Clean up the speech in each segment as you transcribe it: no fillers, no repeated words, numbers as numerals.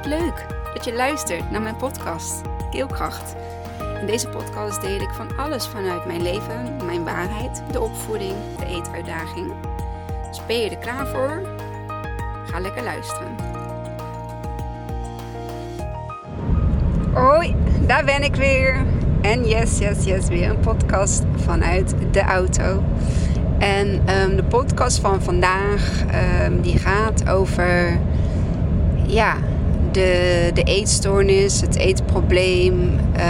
Wat leuk dat je luistert naar mijn podcast Keelkracht. In deze podcast deel ik van alles vanuit mijn leven, mijn waarheid, de opvoeding, de eetuitdaging. Dus ben je er klaar voor? Ga lekker luisteren. Hoi, daar ben ik weer. En yes, weer een podcast vanuit de auto. En de podcast van vandaag die gaat over de eetstoornis, het eetprobleem.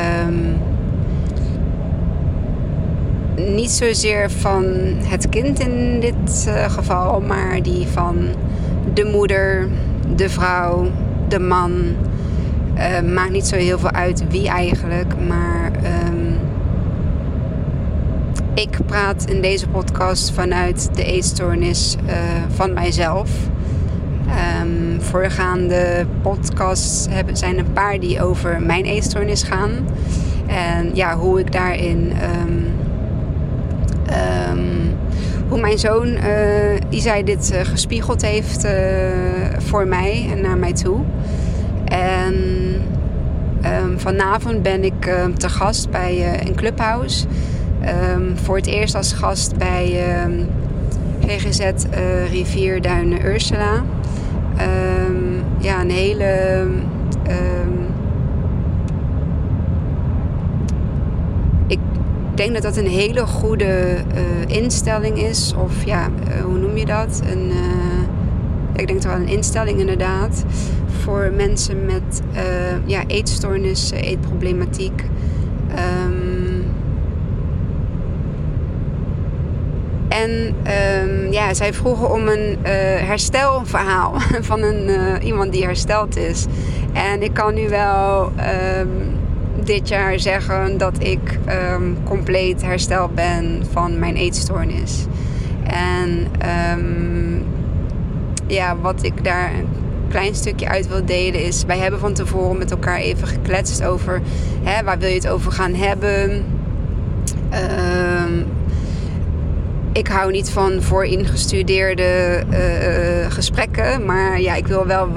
Niet zozeer van het kind in dit geval, maar die van de moeder, de vrouw, de man. Maakt niet zo heel veel uit wie eigenlijk, maar ik praat in deze podcast vanuit de eetstoornis van mijzelf. Voorgaande podcasts zijn een paar die over mijn eetstoornis gaan. En hoe ik daarin... hoe mijn zoon Isai dit gespiegeld heeft voor mij en naar mij toe. En vanavond ben ik te gast bij een clubhouse. Voor het eerst als gast bij GGZ Rivierduinen Ursula. Een hele... ik denk dat dat een hele goede instelling is. Of hoe noem je dat? Ik denk toch wel een instelling inderdaad. Voor mensen met eetstoornis, eetproblematiek. Zij vroegen om een herstelverhaal van iemand die hersteld is. En ik kan nu wel dit jaar zeggen dat ik compleet hersteld ben van mijn eetstoornis. En wat ik daar een klein stukje uit wil delen is... Wij hebben van tevoren met elkaar even gekletst over... waar wil je het over gaan hebben? Ik hou niet van vooringestudeerde gesprekken. Maar ik wil wel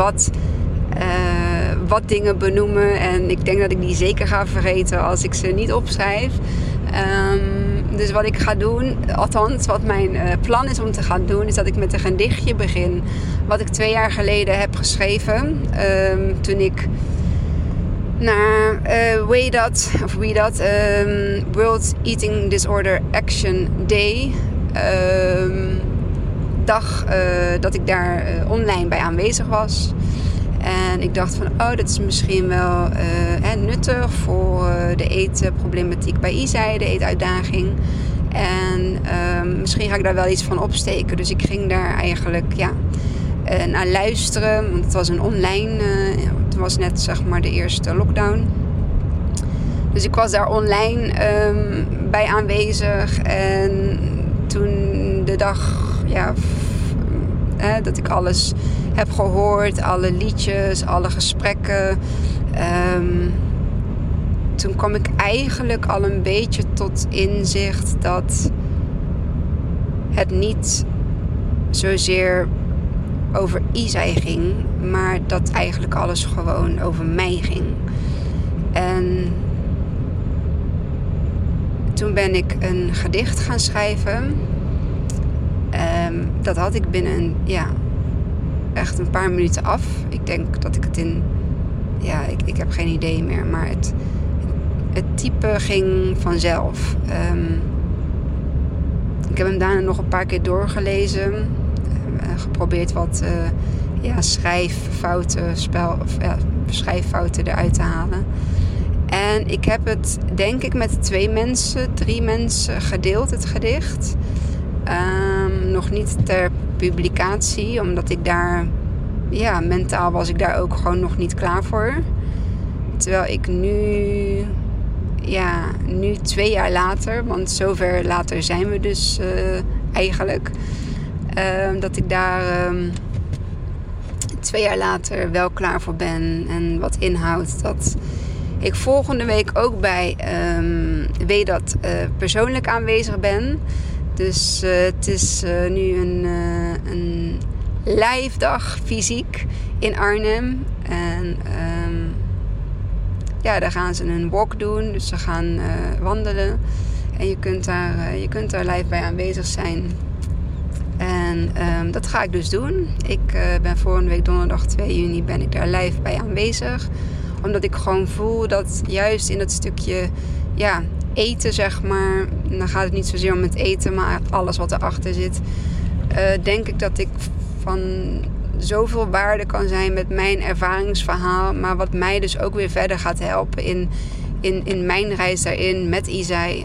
wat dingen benoemen. En ik denk dat ik die zeker ga vergeten als ik ze niet opschrijf. Dus wat ik ga doen, althans wat mijn plan is om te gaan doen... is dat ik met een gedichtje begin. Wat ik 2 jaar geleden heb geschreven. Toen ik naar World Eating Disorder Action Day... dag dat ik daar online bij aanwezig was. En ik dacht van, dat is misschien wel nuttig voor de eetproblematiek bij Isai, de eetuitdaging. En misschien ga ik daar wel iets van opsteken. Dus ik ging daar eigenlijk naar luisteren. Want het was een online, het was net zeg maar de eerste lockdown. Dus ik was daar online bij aanwezig. En toen de dag dat ik alles heb gehoord, alle liedjes, alle gesprekken. Toen kwam ik eigenlijk al een beetje tot inzicht dat het niet zozeer over Isai ging, maar dat eigenlijk alles gewoon over mij ging. En toen ben ik een gedicht gaan schrijven. Dat had ik binnen echt een paar minuten af. Ik denk dat ik het ik heb geen idee meer. Maar het type ging vanzelf. Ik heb hem daarna nog een paar keer doorgelezen. Geprobeerd wat schrijffouten eruit te halen. En ik heb het denk ik met 3 mensen gedeeld, het gedicht. Nog niet ter publicatie, omdat ik daar... mentaal was ik daar ook gewoon nog niet klaar voor. Terwijl ik nu 2 jaar later... want zover later zijn we dus eigenlijk... dat ik daar 2 jaar later wel klaar voor ben. En wat inhoudt dat ik volgende week ook bij WeDat persoonlijk aanwezig ben... Dus het is nu een live dag fysiek in Arnhem. En daar gaan ze een walk doen. Dus ze gaan wandelen. En je kunt daar live bij aanwezig zijn. En dat ga ik dus doen. Ik ben volgende week donderdag 2 juni ben ik daar live bij aanwezig. Omdat ik gewoon voel dat juist in dat stukje eten, zeg maar. Dan gaat het niet zozeer om het eten, maar alles wat erachter zit. Denk ik dat ik van zoveel waarde kan zijn met mijn ervaringsverhaal. Maar wat mij dus ook weer verder gaat helpen in mijn reis daarin met Isai.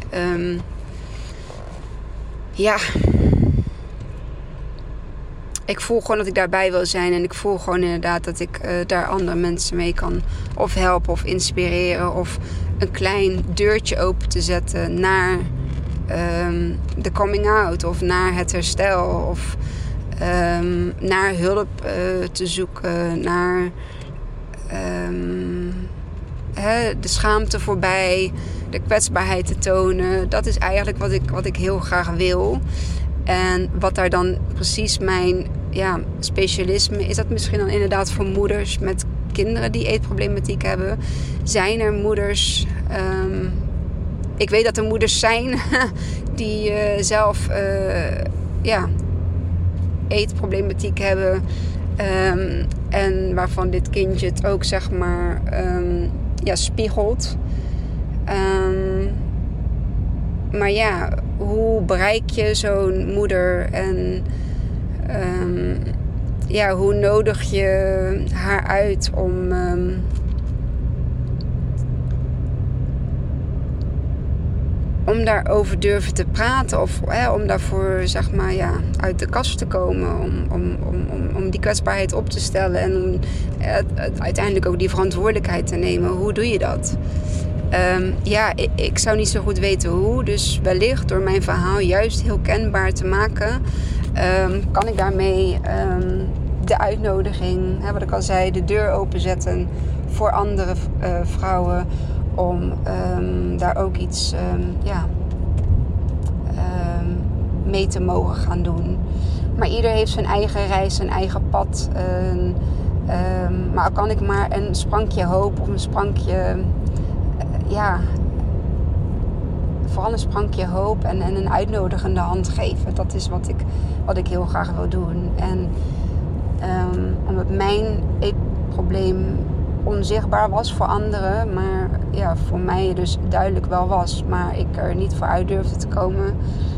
Ik voel gewoon dat ik daarbij wil zijn. En ik voel gewoon inderdaad dat ik daar andere mensen mee kan of helpen of inspireren. Of een klein deurtje open te zetten naar de coming out. Of naar het herstel. Of naar hulp te zoeken. Naar de schaamte voorbij. De kwetsbaarheid te tonen. Dat is eigenlijk wat ik heel graag wil. En wat daar dan precies mijn specialisme is, dat misschien dan inderdaad voor moeders met kinderen die eetproblematiek hebben. Zijn er moeders, ik weet dat er moeders zijn die zelf eetproblematiek hebben. En waarvan dit kindje het ook zeg maar spiegelt. Maar ja, hoe bereik je zo'n moeder en hoe nodig je haar uit om daarover durven te praten of om daarvoor zeg maar uit de kast te komen, om die kwetsbaarheid op te stellen en om uiteindelijk ook die verantwoordelijkheid te nemen. Hoe doe je dat? Ik zou niet zo goed weten hoe. Dus wellicht door mijn verhaal juist heel kenbaar te maken, kan ik daarmee de uitnodiging, wat ik al zei, de deur openzetten voor andere vrouwen om daar ook iets mee te mogen gaan doen. Maar ieder heeft zijn eigen reis, zijn eigen pad. Maar kan ik maar een sprankje hoop of een sprankje vooral een sprankje hoop en een uitnodigende hand geven. Dat is wat ik heel graag wil doen. En omdat mijn eetprobleem onzichtbaar was voor anderen, maar voor mij dus duidelijk wel was, maar ik er niet voor uit durfde te komen,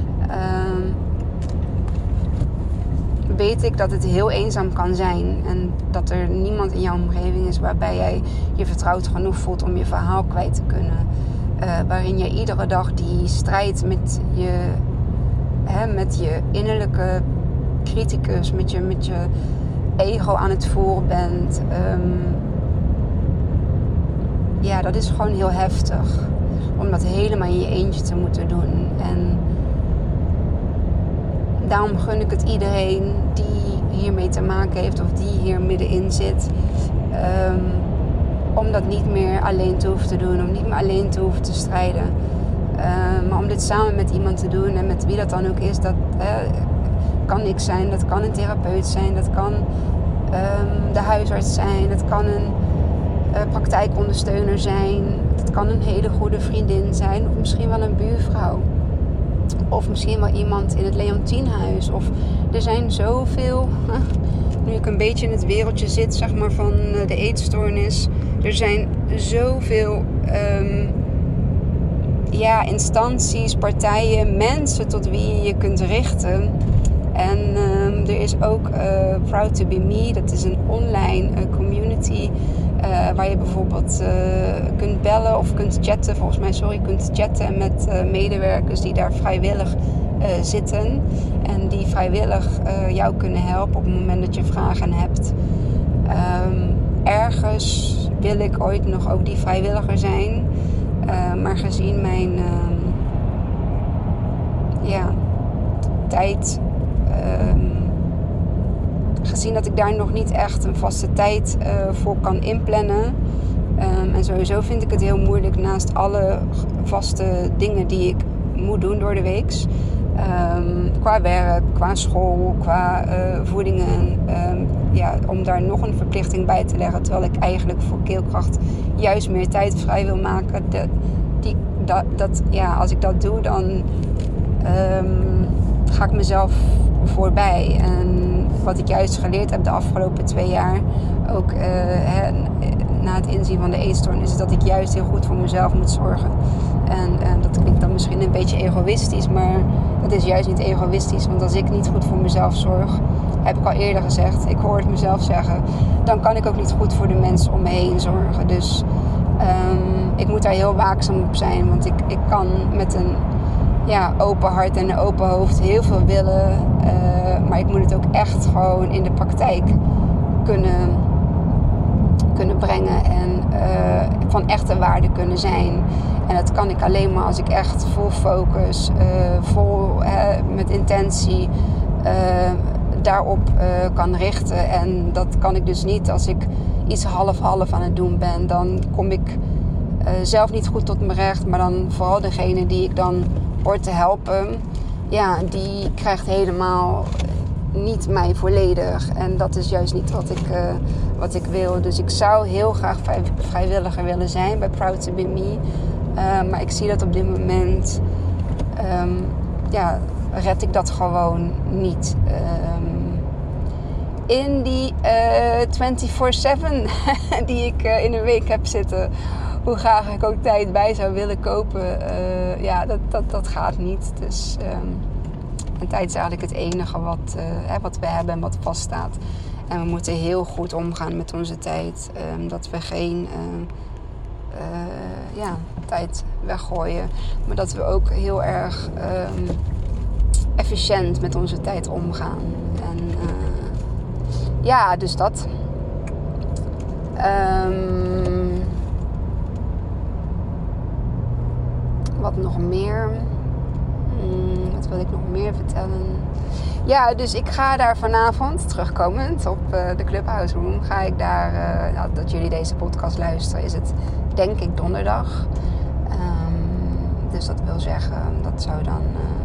weet ik dat het heel eenzaam kan zijn. En dat er niemand in jouw omgeving is waarbij jij je vertrouwd genoeg voelt om je verhaal kwijt te kunnen. Waarin je iedere dag die strijd met je innerlijke criticus, met je ego aan het voeren bent. Dat is gewoon heel heftig. Om dat helemaal in je eentje te moeten doen. En daarom gun ik het iedereen die hiermee te maken heeft of die hier middenin zit. Om dat niet meer alleen te hoeven te doen. Om niet meer alleen te hoeven te strijden. Maar om dit samen met iemand te doen. En met wie dat dan ook is. Dat kan ik zijn. Dat kan een therapeut zijn. Dat kan de huisarts zijn. Dat kan een praktijkondersteuner zijn. Dat kan een hele goede vriendin zijn. Of misschien wel een buurvrouw. Of misschien wel iemand in het Leontienhuis. Of er zijn zoveel. Nu ik een beetje in het wereldje zit, zeg maar, van de eetstoornis. Er zijn zoveel instanties, partijen, mensen tot wie je je kunt richten. En er is ook Proud to be Me. Dat is een online community waar je bijvoorbeeld kunt bellen of kunt chatten. Kunt chatten met medewerkers die daar vrijwillig zitten. En die vrijwillig jou kunnen helpen op het moment dat je vragen hebt. Ergens wil ik ooit nog ook die vrijwilliger zijn. Maar gezien mijn tijd... gezien dat ik daar nog niet echt een vaste tijd voor kan inplannen. En sowieso vind ik het heel moeilijk naast alle vaste dingen die ik moet doen door de week. Qua werk, qua school, qua voedingen. Om daar nog een verplichting bij te leggen. Terwijl ik eigenlijk voor Keelkracht juist meer tijd vrij wil maken. Als ik dat doe, dan ga ik mezelf voorbij. En wat ik juist geleerd heb de afgelopen 2 jaar, ook na het inzien van de eetstoornis, is dat ik juist heel goed voor mezelf moet zorgen. En dat klinkt dan misschien een beetje egoïstisch, maar dat is juist niet egoïstisch. Want als ik niet goed voor mezelf zorg, heb ik al eerder gezegd, ik hoor het mezelf zeggen, dan kan ik ook niet goed voor de mensen om me heen zorgen. Dus ik moet daar heel waakzaam op zijn, want ik kan met een open hart en een open hoofd heel veel willen. Maar ik moet het ook echt gewoon in de praktijk kunnen brengen en van echte waarde kunnen zijn. En dat kan ik alleen maar als ik echt vol focus, met intentie daarop kan richten. En dat kan ik dus niet als ik iets half-half aan het doen ben. Dan kom ik zelf niet goed tot mijn recht, maar dan vooral degene die ik dan hoor te helpen, die krijgt helemaal niet mij volledig. En dat is juist niet wat ik wil. Dus ik zou heel graag vrijwilliger willen zijn bij Proud to Be Me. Maar ik zie dat op dit moment red ik dat gewoon niet. In die 24/7 die ik in een week heb zitten, hoe graag ik ook tijd bij zou willen kopen, dat gaat niet. Dus en tijd is eigenlijk het enige wat we hebben en wat vaststaat. En we moeten heel goed omgaan met onze tijd. Dat we geen tijd weggooien. Maar dat we ook heel erg efficiënt met onze tijd omgaan. En dus dat. Wat nog meer? Wat wil ik nog meer vertellen? Ja, dus ik ga daar vanavond, terugkomend op de Clubhouse Room, ga ik daar, dat jullie deze podcast luisteren, is het denk ik donderdag. Dus dat wil zeggen, dat zou dan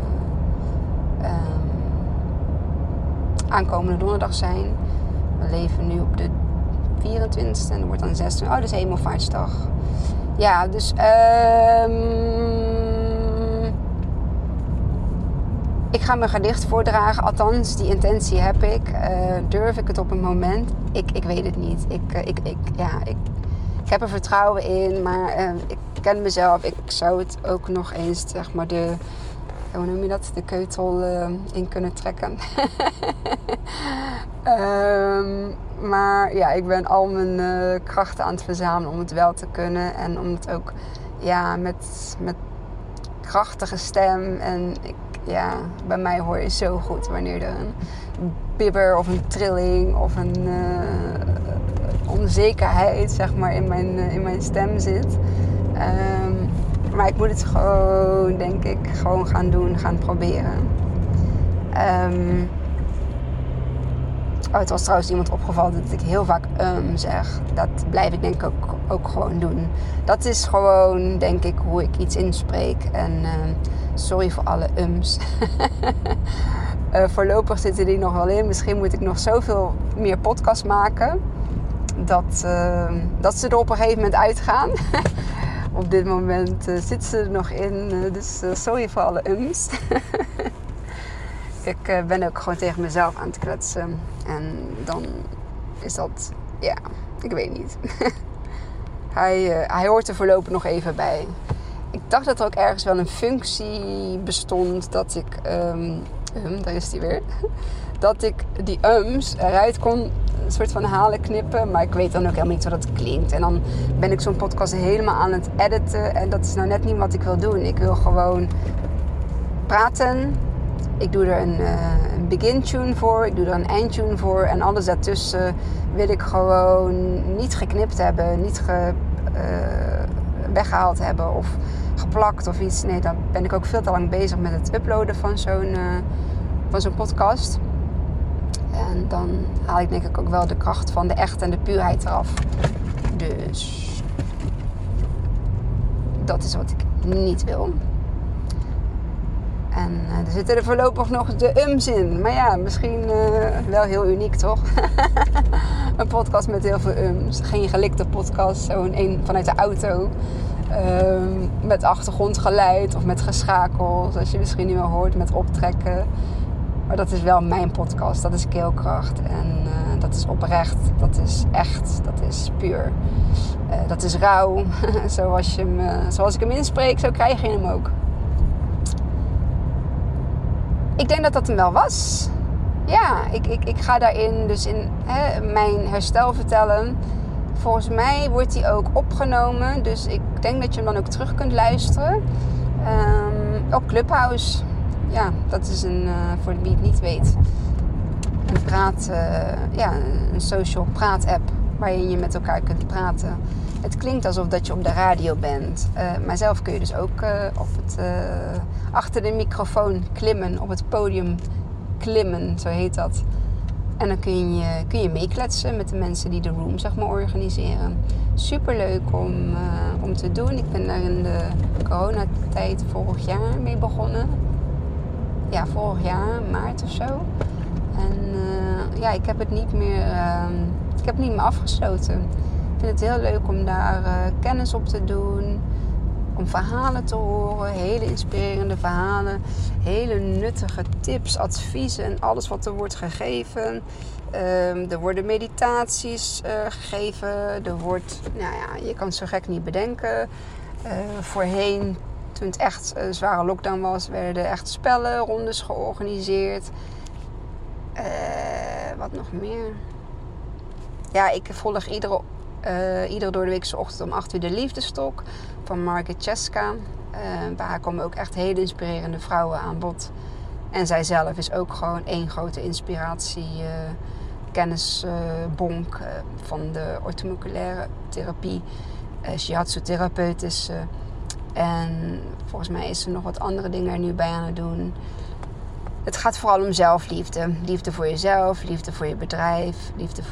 aankomende donderdag zijn. We leven nu op de 24e en het wordt dan 26e. Oh, dat is Hemelvaartsdag. Ja, dus ik ga mijn gedicht voordragen. Althans, die intentie heb ik. Durf ik het op een moment? Ik weet het niet. Ik heb er vertrouwen in, maar ik ken mezelf. Ik zou het ook nog eens, zeg maar, hoe noem je dat? De keutel in kunnen trekken. Maar ja, ik ben al mijn krachten aan het verzamelen om het wel te kunnen. En om het ook met krachtige stem. En bij mij hoor je zo goed wanneer er een bibber of een trilling of een onzekerheid, zeg maar, in mijn stem zit. Maar ik moet het gewoon, denk ik, gewoon gaan doen, gaan proberen. Het was trouwens iemand opgevallen dat ik heel vaak zeg. Dat blijf ik denk ik ook gewoon doen. Dat is gewoon, denk ik, hoe ik iets inspreek. En sorry voor alle ums. Voorlopig zitten die nog wel in. Misschien moet ik nog zoveel meer podcasts maken. Dat ze er op een gegeven moment uitgaan. Op dit moment zitten ze er nog in. Dus sorry voor alle ums. Ik ben ook gewoon tegen mezelf aan het kletsen. En dan is dat, ik weet niet. Hij hoort er voorlopig nog even bij. Ik dacht dat er ook ergens wel een functie bestond dat ik, daar is die weer. Dat ik die ums eruit kon een soort van halen, knippen. Maar ik weet dan ook helemaal niet hoe dat klinkt. En dan ben ik zo'n podcast helemaal aan het editen. En dat is nou net niet wat ik wil doen. Ik wil gewoon praten. Ik doe er een begin tune voor. Ik doe er een eindtune voor. En alles daartussen wil ik gewoon niet geknipt hebben. Niet weggehaald hebben. Of geplakt of iets. Nee, dan ben ik ook veel te lang bezig met het uploaden van zo'n podcast. En dan haal ik denk ik ook wel de kracht van de echt en de puurheid eraf. Dus dat is wat ik niet wil. En er zitten er voorlopig nog de ums in. Maar ja, misschien wel heel uniek, toch? Een podcast met heel veel ums. Geen gelikte podcast, zo'n vanuit de auto. Met achtergrondgeluid of met geschakel. Zoals je misschien nu wel hoort, met optrekken. Maar dat is wel mijn podcast. Dat is keelkracht. En dat is oprecht. Dat is echt. Dat is puur. Dat is rauw. Zoals ik hem inspreek, zo krijg je hem ook. Ik denk dat dat hem wel was. Ja, ik ga daarin dus in mijn herstel vertellen. Volgens mij wordt die ook opgenomen. Dus ik denk dat je hem dan ook terug kunt luisteren. Op Clubhouse. Ja, dat is voor wie het niet weet. Een social praat-app. Waarin je met elkaar kunt praten. Het klinkt alsof dat je op de radio bent. Maar zelf kun je dus ook achter de microfoon klimmen. Op het podium klimmen, zo heet dat. En dan kun je meekletsen met de mensen die de room, zeg maar, organiseren. Superleuk om te doen. Ik ben daar in de coronatijd vorig jaar mee begonnen. Ja, vorig jaar, maart of zo. En ik heb het niet meer afgesloten. Ik vind het heel leuk om daar kennis op te doen. Om verhalen te horen. Hele inspirerende verhalen. Hele nuttige tips, adviezen en alles wat er wordt gegeven. Er worden meditaties gegeven. Je kan het zo gek niet bedenken. Voorheen, toen het echt een zware lockdown was, werden er echt spellenrondes georganiseerd. Wat nog meer? Ja, ik volg iedere doordeweekse ochtend om 8 uur de Liefdestalk van Margit Cesca. Bij haar komen ook echt hele inspirerende vrouwen aan bod. En zij zelf is ook gewoon één grote inspiratie, kennisbonk van de orthomoleculaire therapie. Shiatsu-therapeut is ze. En volgens mij is ze nog wat andere dingen er nu bij aan het doen. Het gaat vooral om zelfliefde. Liefde voor jezelf, liefde voor je bedrijf, liefde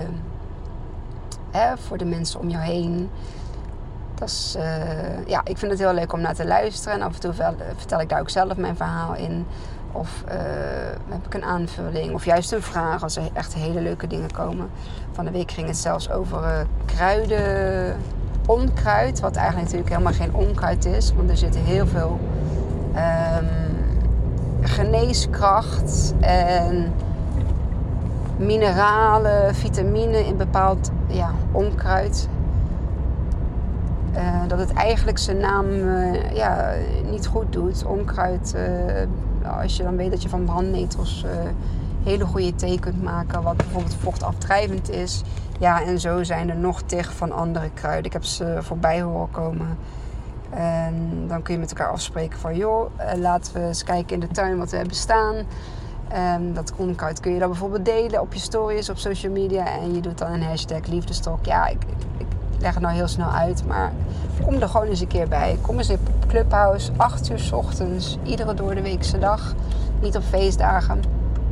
voor de mensen om jou heen. Dat is, ik vind het heel leuk om naar te luisteren. En af en toe vertel ik daar ook zelf mijn verhaal in. Of heb ik een aanvulling. Of juist een vraag als er echt hele leuke dingen komen. Van de week ging het zelfs over kruiden. Onkruid. Wat eigenlijk natuurlijk helemaal geen onkruid is. Want er zit heel veel geneeskracht en mineralen, vitamine in bepaald onkruid. Dat het eigenlijk zijn naam niet goed doet. Onkruid, als je dan weet dat je van brandnetels hele goede thee kunt maken. Wat bijvoorbeeld vochtafdrijvend is. Ja, en zo zijn er nog tig van andere kruiden. Ik heb ze voorbij horen komen. En dan kun je met elkaar afspreken van laten we eens kijken in de tuin wat we hebben staan. Dat onkruid kun je dan bijvoorbeeld delen op je stories op social media. En je doet dan een hashtag Liefdestalk. Ja, ik leg het nou heel snel uit. Maar kom er gewoon eens een keer bij. Kom eens op Clubhouse, 8 uur 's ochtends. Iedere doordeweekse dag. Niet op feestdagen.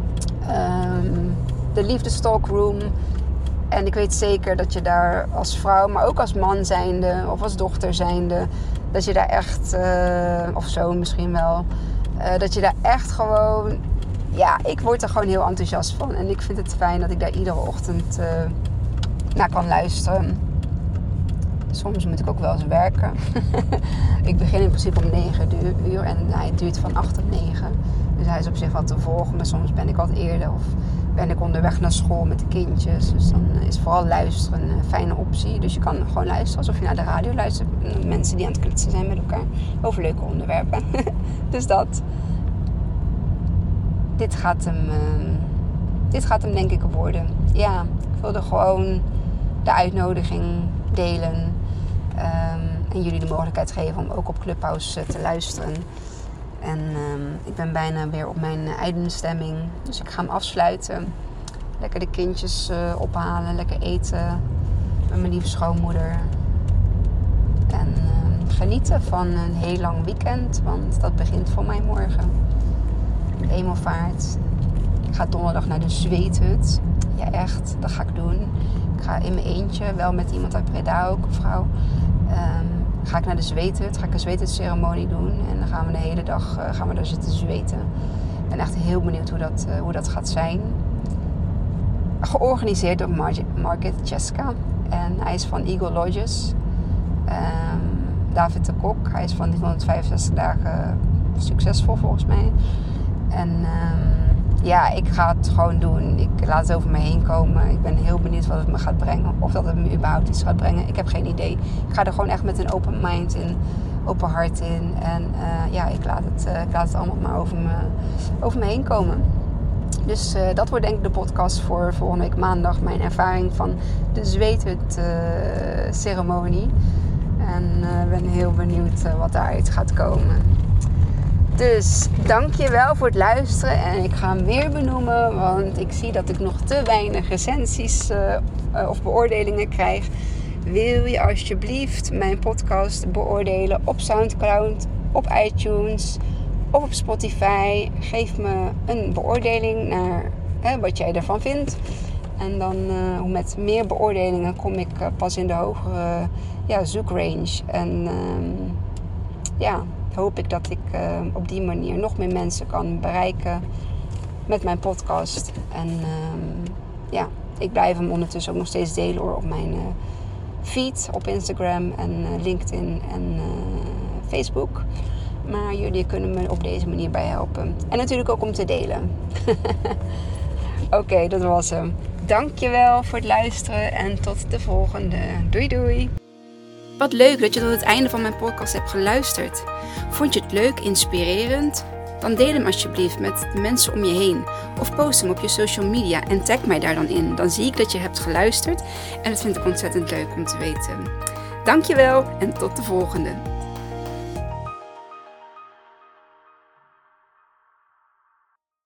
De Liefdestalk Room. En ik weet zeker dat je daar als vrouw, maar ook als man zijnde of als dochter zijnde, dat je daar echt, of zoon misschien wel, dat je daar echt gewoon, ik word er gewoon heel enthousiast van. En ik vind het fijn dat ik daar iedere ochtend naar kan luisteren. Soms moet ik ook wel eens werken. Ik begin in principe om 9 uur en hij duurt van 8 tot 9. Dus hij is op zich wat te volgen, maar soms ben ik wat eerder of ben ik onderweg naar school met de kindjes. Dus dan is vooral luisteren een fijne optie. Dus je kan gewoon luisteren alsof je naar de radio luistert. Mensen die aan het kletsen zijn met elkaar over leuke onderwerpen. Dus dat. Dit gaat hem denk ik worden. Ja, ik wilde gewoon de uitnodiging delen. En jullie de mogelijkheid geven om ook op Clubhouse te luisteren. En ik ben bijna weer op mijn eindbestemming. Dus ik ga hem afsluiten. Lekker de kindjes ophalen. Lekker eten. Met mijn lieve schoonmoeder. En genieten van een heel lang weekend. Want dat begint voor mij morgen. Hemelvaart. Ik ga donderdag naar de zweethut. Ja, echt. Dat ga ik doen. Ik ga in mijn eentje. Wel met iemand uit Breda ook. Een vrouw. ga ik naar de zweethut. Ga ik een zweethutceremonie doen. En dan gaan we de hele dag gaan we daar zitten zweten. Ik ben echt heel benieuwd hoe dat gaat zijn. Georganiseerd door Margit Cesca. En hij is van Eagle Lodges. David de Kok. Hij is van die 165 dagen succesvol volgens mij. En ik ga het gewoon doen. Ik laat het over me heen komen. Ik ben heel benieuwd wat het me gaat brengen. Of dat het me überhaupt iets gaat brengen. Ik heb geen idee. Ik ga er gewoon echt met een open mind in. Open hart in. En ik laat het allemaal maar over me heen komen. Dus dat wordt denk ik de podcast voor volgende week maandag. Mijn ervaring van de zweethut ceremonie. En ben heel benieuwd wat daaruit gaat komen. Dus dankjewel voor het luisteren. En ik ga meer benoemen. Want ik zie dat ik nog te weinig recensies of beoordelingen krijg. Wil je alsjeblieft mijn podcast beoordelen op Soundcloud, op iTunes of op Spotify. Geef me een beoordeling naar wat jij ervan vindt. En dan met meer beoordelingen kom ik pas in de hogere zoekrange. En hoop ik dat ik op die manier nog meer mensen kan bereiken met mijn podcast. En ik blijf hem ondertussen ook nog steeds delen op mijn feed op Instagram en LinkedIn en Facebook. Maar jullie kunnen me op deze manier bij helpen. En natuurlijk ook om te delen. Oké, dat was hem. Dankjewel voor het luisteren en tot de volgende. Doei doei. Wat leuk dat je tot het einde van mijn podcast hebt geluisterd. Vond je het leuk, inspirerend? Dan deel hem alsjeblieft met de mensen om je heen. Of post hem op je social media en tag mij daar dan in. Dan zie ik dat je hebt geluisterd en dat vind ik ontzettend leuk om te weten. Dankjewel en tot de volgende.